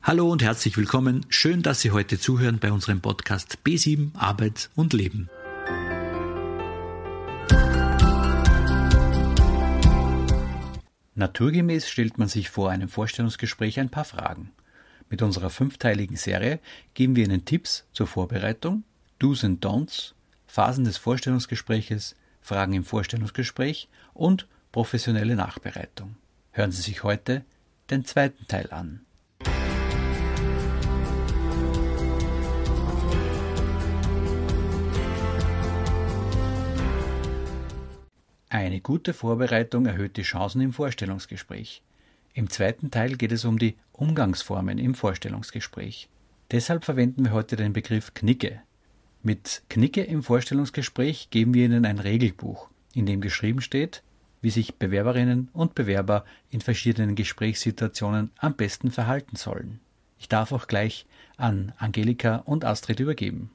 Hallo und herzlich willkommen. Schön, dass Sie heute zuhören bei unserem Podcast B7 Arbeit und Leben. Naturgemäß stellt man sich vor einem Vorstellungsgespräch ein paar Fragen. Mit unserer 5-teiligen Serie geben wir Ihnen Tipps zur Vorbereitung, Do's and Don'ts, Phasen des Vorstellungsgespräches, Fragen im Vorstellungsgespräch und professionelle Nachbereitung. Hören Sie sich heute den 2. Teil an. Eine gute Vorbereitung erhöht die Chancen im Vorstellungsgespräch. Im 2. Teil geht es um die Umgangsformen im Vorstellungsgespräch. Deshalb verwenden wir heute den Begriff Knicke. Mit Knicke im Vorstellungsgespräch geben wir Ihnen ein Regelbuch, in dem geschrieben steht, wie sich Bewerberinnen und Bewerber in verschiedenen Gesprächssituationen am besten verhalten sollen. Ich darf auch gleich an Angelika und Astrid übergeben.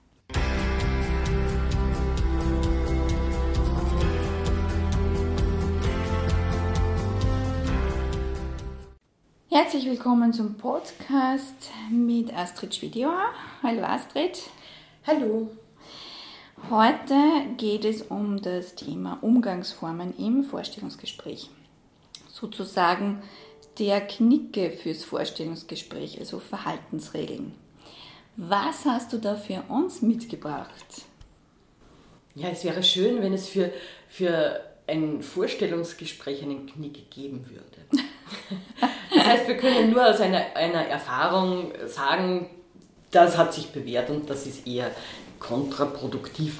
Herzlich willkommen zum Podcast mit Astrid Schwiedioa. Hallo Astrid. Hallo. Heute geht es um das Thema Umgangsformen im Vorstellungsgespräch. Sozusagen der Knicke fürs Vorstellungsgespräch, also Verhaltensregeln. Was hast du da für uns mitgebracht? Ja, es wäre schön, wenn es für ein Vorstellungsgespräch einen Knicke geben würde. Das heißt, wir können nur aus einer Erfahrung sagen, das hat sich bewährt und das ist eher kontraproduktiv.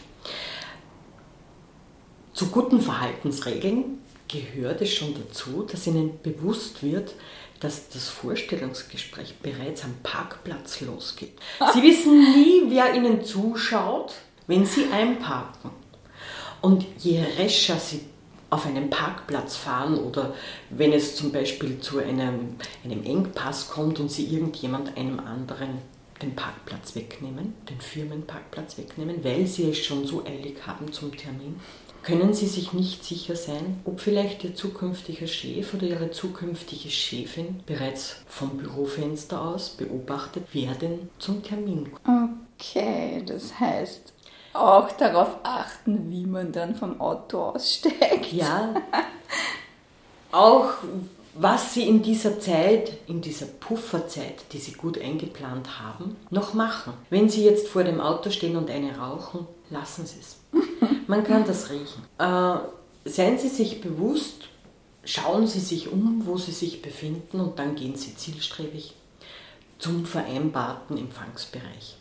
Zu guten Verhaltensregeln gehört es schon dazu, dass Ihnen bewusst wird, dass das Vorstellungsgespräch bereits am Parkplatz losgeht. Sie wissen nie, wer Ihnen zuschaut, wenn Sie einparken. Und je rascher Sie auf einen Parkplatz fahren oder wenn es zum Beispiel zu einem Engpass kommt und Sie irgendjemand einem anderen den Parkplatz wegnehmen, den Firmenparkplatz wegnehmen, weil Sie es schon so eilig haben zum Termin, können Sie sich nicht sicher sein, ob vielleicht Ihr zukünftiger Chef oder Ihre zukünftige Chefin bereits vom Bürofenster aus beobachtet, wer denn zum Termin kommt. Okay, das heißt auch darauf achten, wie man dann vom Auto aussteigt. Ja, auch was Sie in dieser Zeit, in dieser Pufferzeit, die Sie gut eingeplant haben, noch machen. Wenn Sie jetzt vor dem Auto stehen und eine rauchen, lassen Sie es. Man kann das riechen. Seien Sie sich bewusst, schauen Sie sich um, wo Sie sich befinden und dann gehen Sie zielstrebig zum vereinbarten Empfangsbereich.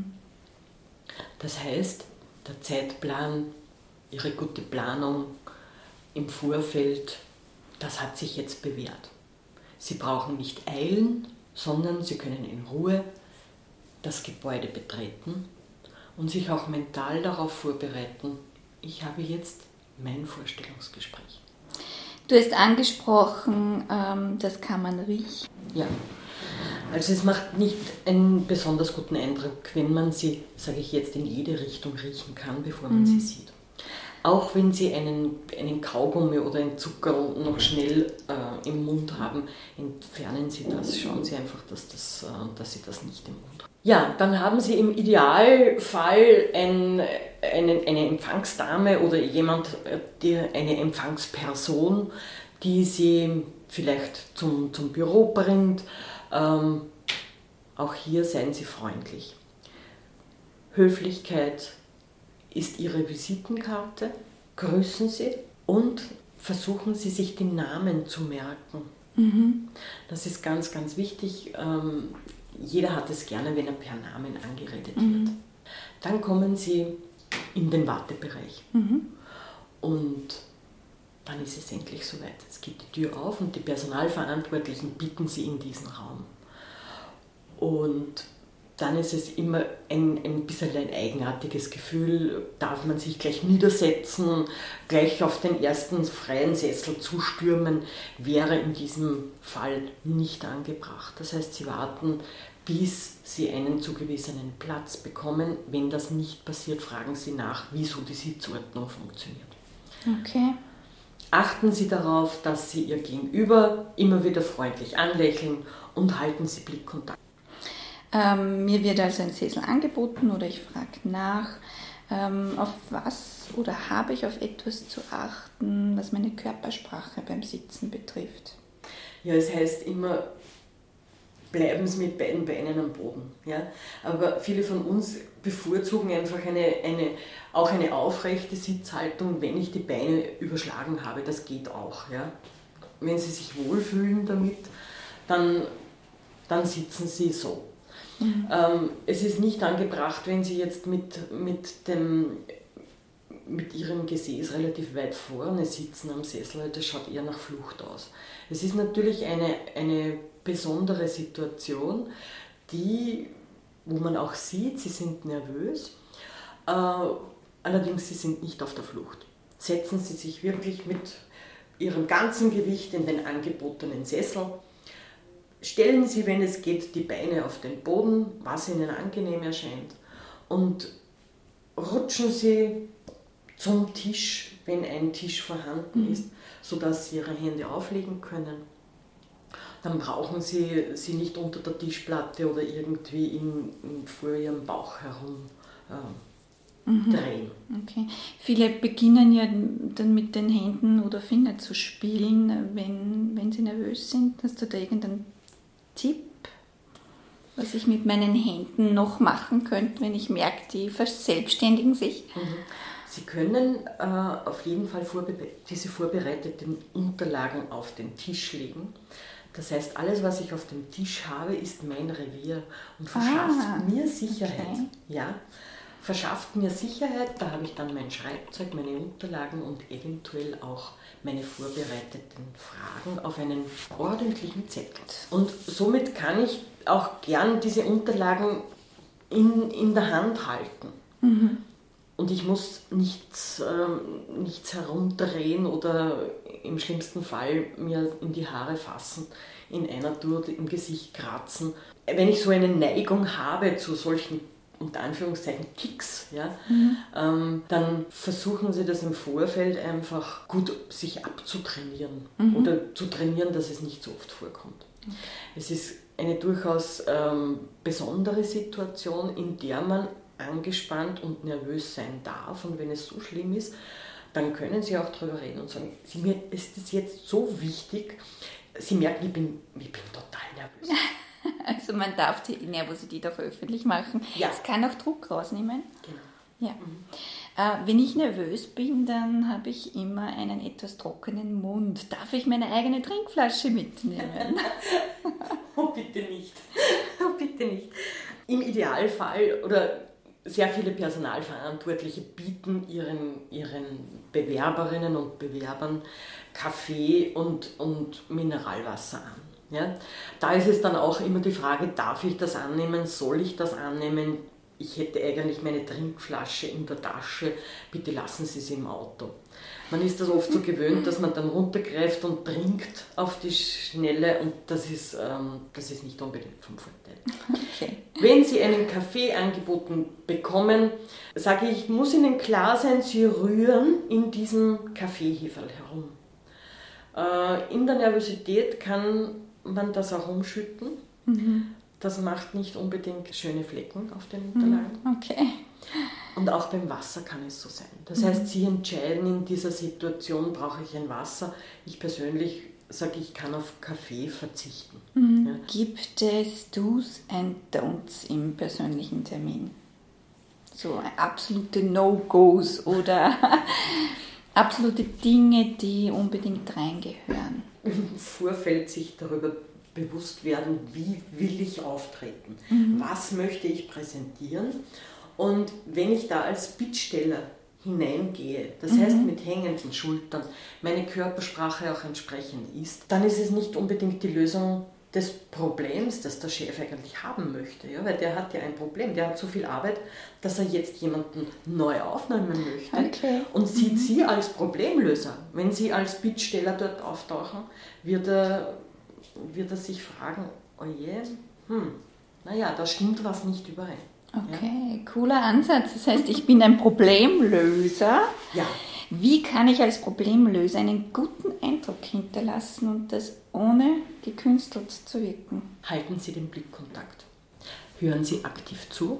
Das heißt, der Zeitplan, Ihre gute Planung im Vorfeld, das hat sich jetzt bewährt. Sie brauchen nicht eilen, sondern Sie können in Ruhe das Gebäude betreten und sich auch mental darauf vorbereiten, ich habe jetzt mein Vorstellungsgespräch. Du hast angesprochen, das kann man riechen. Ja. Also es macht nicht einen besonders guten Eindruck, wenn man sie, sage ich jetzt, in jede Richtung riechen kann, bevor man sie sieht. Auch wenn Sie einen Kaugummi oder ein Zucker noch schnell im Mund haben, entfernen Sie das, schauen Sie einfach, dass Sie das nicht im Mund haben. Ja, dann haben Sie im Idealfall eine Empfangsdame oder eine Empfangsperson, die Sie vielleicht zum Büro bringt. Auch hier seien Sie freundlich. Höflichkeit ist Ihre Visitenkarte. Grüßen Sie und versuchen Sie, sich die Namen zu merken. Das ist ganz, ganz wichtig. Jeder hat es gerne, wenn er per Namen angeredet wird. Dann kommen Sie in den Wartebereich. Und dann ist es endlich soweit. Es geht die Tür auf und die Personalverantwortlichen bitten Sie in diesen Raum. Und dann ist es immer ein bisschen ein eigenartiges Gefühl. Darf man sich gleich niedersetzen, gleich auf den ersten freien Sessel zustürmen, wäre in diesem Fall nicht angebracht. Das heißt, Sie warten, bis Sie einen zugewiesenen Platz bekommen. Wenn das nicht passiert, fragen Sie nach, wieso die Sitzordnung funktioniert. Okay. Achten Sie darauf, dass Sie Ihr Gegenüber immer wieder freundlich anlächeln und halten Sie Blickkontakt. Mir wird also ein Sessel angeboten oder ich frage nach, auf was oder habe ich auf etwas zu achten, was meine Körpersprache beim Sitzen betrifft? Ja, es heißt immer, bleiben Sie mit beiden Beinen am Boden. Ja? Aber viele von uns bevorzugen einfach auch eine aufrechte Sitzhaltung, wenn ich die Beine überschlagen habe. Das geht auch. Ja? Wenn Sie sich wohlfühlen damit, dann sitzen Sie so. Es ist nicht angebracht, wenn Sie jetzt mit Ihrem Gesäß relativ weit vorne sitzen am Sessel, das schaut eher nach Flucht aus. Es ist natürlich eine besondere Situation, wo man auch sieht, Sie sind nervös, allerdings Sie sind nicht auf der Flucht. Setzen Sie sich wirklich mit Ihrem ganzen Gewicht in den angebotenen Sessel. Stellen Sie, wenn es geht, die Beine auf den Boden, was Ihnen angenehm erscheint, und rutschen Sie zum Tisch, wenn ein Tisch vorhanden ist, sodass Sie Ihre Hände auflegen können. Dann brauchen Sie sie nicht unter der Tischplatte oder irgendwie vor Ihrem Bauch herum drehen. Okay. Viele beginnen ja dann mit den Händen oder Fingern zu spielen, wenn sie nervös sind. Hast du da irgendeinen Tipp, was ich mit meinen Händen noch machen könnte, wenn ich merke, die verselbstständigen sich? Sie können auf jeden Fall diese vorbereiteten Unterlagen auf den Tisch legen. Das heißt, alles, was ich auf dem Tisch habe, ist mein Revier und verschafft mir Sicherheit. Okay. Ja, verschafft mir Sicherheit, da habe ich dann mein Schreibzeug, meine Unterlagen und eventuell auch meine vorbereiteten Fragen auf einen ordentlichen Zettel. Und somit kann ich auch gern diese Unterlagen in der Hand halten. Und ich muss nichts herumdrehen oder im schlimmsten Fall mir in die Haare fassen, in einer Tour im Gesicht kratzen. Wenn ich so eine Neigung habe zu solchen, unter Anführungszeichen, Kicks, ja, dann versuchen Sie das im Vorfeld einfach gut sich abzutrainieren oder zu trainieren, dass es nicht so oft vorkommt. Okay. Es ist eine durchaus besondere Situation, in der man angespannt und nervös sein darf, und wenn es so schlimm ist, dann können Sie auch darüber reden und sagen, mir ist es jetzt so wichtig, Sie merken, ich bin total nervös. Also man darf die Nervosität auch öffentlich machen. Ja. Es kann auch Druck rausnehmen. Genau. Ja. Wenn ich nervös bin, dann habe ich immer einen etwas trockenen Mund. Darf ich meine eigene Trinkflasche mitnehmen? Oh, bitte nicht. Oh, bitte nicht. Im Idealfall, oder sehr viele Personalverantwortliche bieten ihren Bewerberinnen und Bewerbern Kaffee und Mineralwasser an. Ja? Da ist es dann auch immer die Frage, darf ich das annehmen, soll ich das annehmen? Ich hätte eigentlich meine Trinkflasche in der Tasche, bitte lassen Sie sie im Auto. Man ist das oft so gewöhnt, dass man dann runtergreift und trinkt auf die Schnelle, und das ist nicht unbedingt vom Vorteil. Okay. Wenn Sie einen Kaffee angeboten bekommen, sage ich, muss Ihnen klar sein, Sie rühren in diesem Kaffeeheferl herum. In der Nervosität kann man das auch umschütten. Das macht nicht unbedingt schöne Flecken auf den Unterlagen. Okay. Und auch beim Wasser kann es so sein. Das heißt, Sie entscheiden in dieser Situation, brauche ich ein Wasser. Ich persönlich sage, ich kann auf Kaffee verzichten. Ja. Gibt es Do's and Don'ts im persönlichen Termin? So absolute No-Gos oder absolute Dinge, die unbedingt reingehören? Im Vorfeld sich darüber bewusst werden, wie will ich auftreten, was möchte ich präsentieren, und wenn ich da als Bittsteller hineingehe, das heißt mit hängenden Schultern, meine Körpersprache auch entsprechend ist, dann ist es nicht unbedingt die Lösung des Problems, das der Chef eigentlich haben möchte, ja? Weil der hat ja ein Problem, der hat so viel Arbeit, dass er jetzt jemanden neu aufnehmen möchte, okay, und sieht Sie als Problemlöser. Wenn Sie als Bittsteller dort auftauchen, wird er sich fragen, oh je, naja, da stimmt was nicht überein. Okay, ja? Cooler Ansatz. Das heißt, ich bin ein Problemlöser. Ja. Wie kann ich als Problemlöser einen guten Eindruck hinterlassen und das ohne gekünstelt zu wirken? Halten Sie den Blickkontakt. Hören Sie aktiv zu.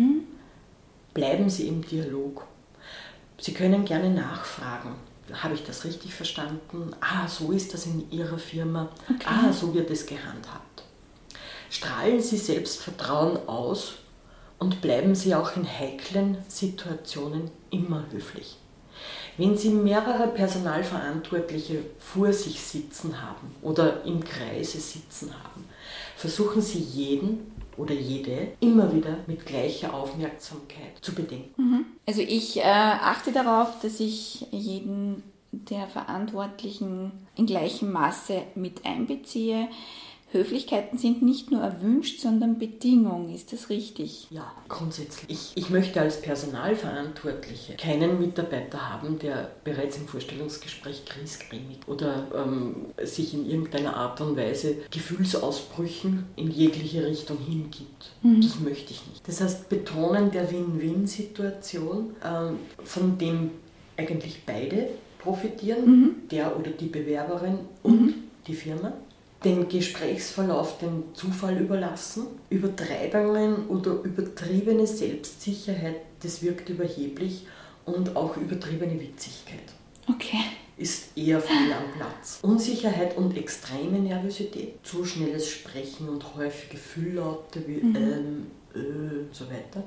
Bleiben Sie im Dialog. Sie können gerne nachfragen. Habe ich das richtig verstanden? So ist das in Ihrer Firma. Okay. So wird es gehandhabt. Strahlen Sie Selbstvertrauen aus und bleiben Sie auch in heiklen Situationen immer höflich. Wenn Sie mehrere Personalverantwortliche vor sich sitzen haben oder im Kreise sitzen haben, versuchen Sie jeden oder jede immer wieder mit gleicher Aufmerksamkeit zu bedenken. Also ich achte darauf, dass ich jeden der Verantwortlichen in gleichem Maße mit einbeziehe. Höflichkeiten sind nicht nur erwünscht, sondern Bedingung. Ist das richtig? Ja, grundsätzlich. Ich möchte als Personalverantwortliche keinen Mitarbeiter haben, der bereits im Vorstellungsgespräch griesgrämig oder sich in irgendeiner Art und Weise Gefühlsausbrüchen in jegliche Richtung hingibt. Das möchte ich nicht. Das heißt, Betonen der Win-Win-Situation, von dem eigentlich beide profitieren, der oder die Bewerberin und die Firma. Den Gesprächsverlauf dem Zufall überlassen. Übertreibungen oder übertriebene Selbstsicherheit, das wirkt überheblich, und auch übertriebene Witzigkeit. Okay. Ist eher fehl am Platz. Unsicherheit und extreme Nervosität, zu schnelles Sprechen und häufige Fülllaute wie und so weiter.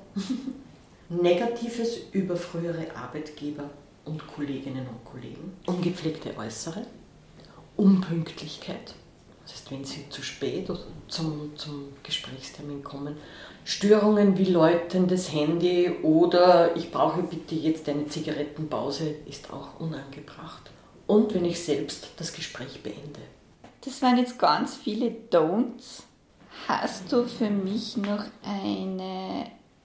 Negatives über frühere Arbeitgeber und Kolleginnen und Kollegen. Ungepflegte Äußere. Unpünktlichkeit. Das heißt, wenn Sie zu spät oder zum Gesprächstermin kommen, Störungen wie läutendes Handy oder ich brauche bitte jetzt eine Zigarettenpause ist auch unangebracht. Und wenn ich selbst das Gespräch beende. Das waren jetzt ganz viele Don'ts. Hast du für mich noch eine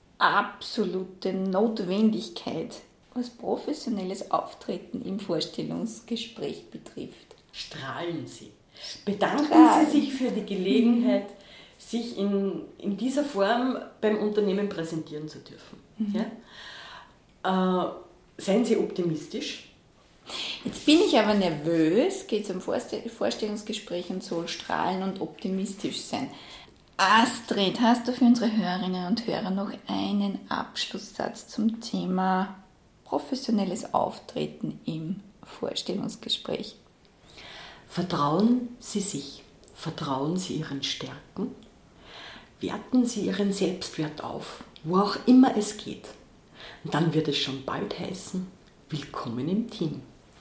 absolute Notwendigkeit, was professionelles Auftreten im Vorstellungsgespräch betrifft? Strahlen Sie. Bedanken Sie sich für die Gelegenheit, sich in dieser Form beim Unternehmen präsentieren zu dürfen. Ja? Seien Sie optimistisch. Jetzt bin ich aber nervös, geht es um Vorstellungsgespräch und soll strahlen und optimistisch sein. Astrid, hast du für unsere Hörerinnen und Hörer noch einen Abschlusssatz zum Thema professionelles Auftreten im Vorstellungsgespräch? Vertrauen Sie sich, vertrauen Sie Ihren Stärken, werten Sie Ihren Selbstwert auf, wo auch immer es geht. Und dann wird es schon bald heißen, willkommen im Team.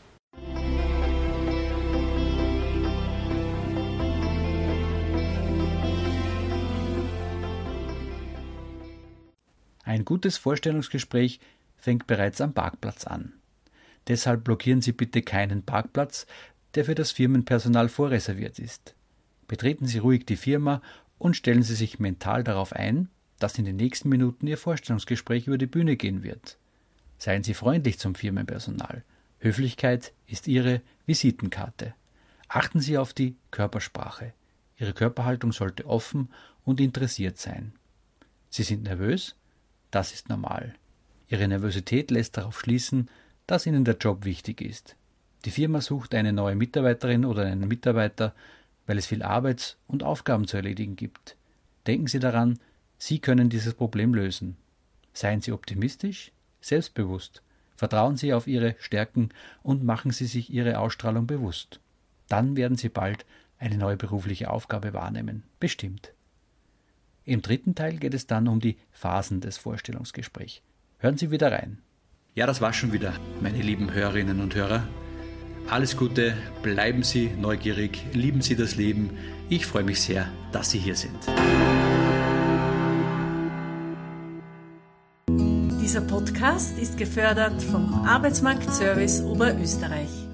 Ein gutes Vorstellungsgespräch fängt bereits am Parkplatz an. Deshalb blockieren Sie bitte keinen Parkplatz, der für das Firmenpersonal vorreserviert ist. Betreten Sie ruhig die Firma und stellen Sie sich mental darauf ein, dass in den nächsten Minuten Ihr Vorstellungsgespräch über die Bühne gehen wird. Seien Sie freundlich zum Firmenpersonal. Höflichkeit ist Ihre Visitenkarte. Achten Sie auf die Körpersprache. Ihre Körperhaltung sollte offen und interessiert sein. Sie sind nervös? Das ist normal. Ihre Nervosität lässt darauf schließen, dass Ihnen der Job wichtig ist. Die Firma sucht eine neue Mitarbeiterin oder einen Mitarbeiter, weil es viel Arbeits- und Aufgaben zu erledigen gibt. Denken Sie daran, Sie können dieses Problem lösen. Seien Sie optimistisch, selbstbewusst. Vertrauen Sie auf Ihre Stärken und machen Sie sich Ihre Ausstrahlung bewusst. Dann werden Sie bald eine neue berufliche Aufgabe wahrnehmen. Bestimmt. Im dritten Teil geht es dann um die Phasen des Vorstellungsgesprächs. Hören Sie wieder rein. Ja, das war schon wieder, meine lieben Hörerinnen und Hörer. Alles Gute, bleiben Sie neugierig, lieben Sie das Leben. Ich freue mich sehr, dass Sie hier sind. Dieser Podcast ist gefördert vom Arbeitsmarktservice Oberösterreich.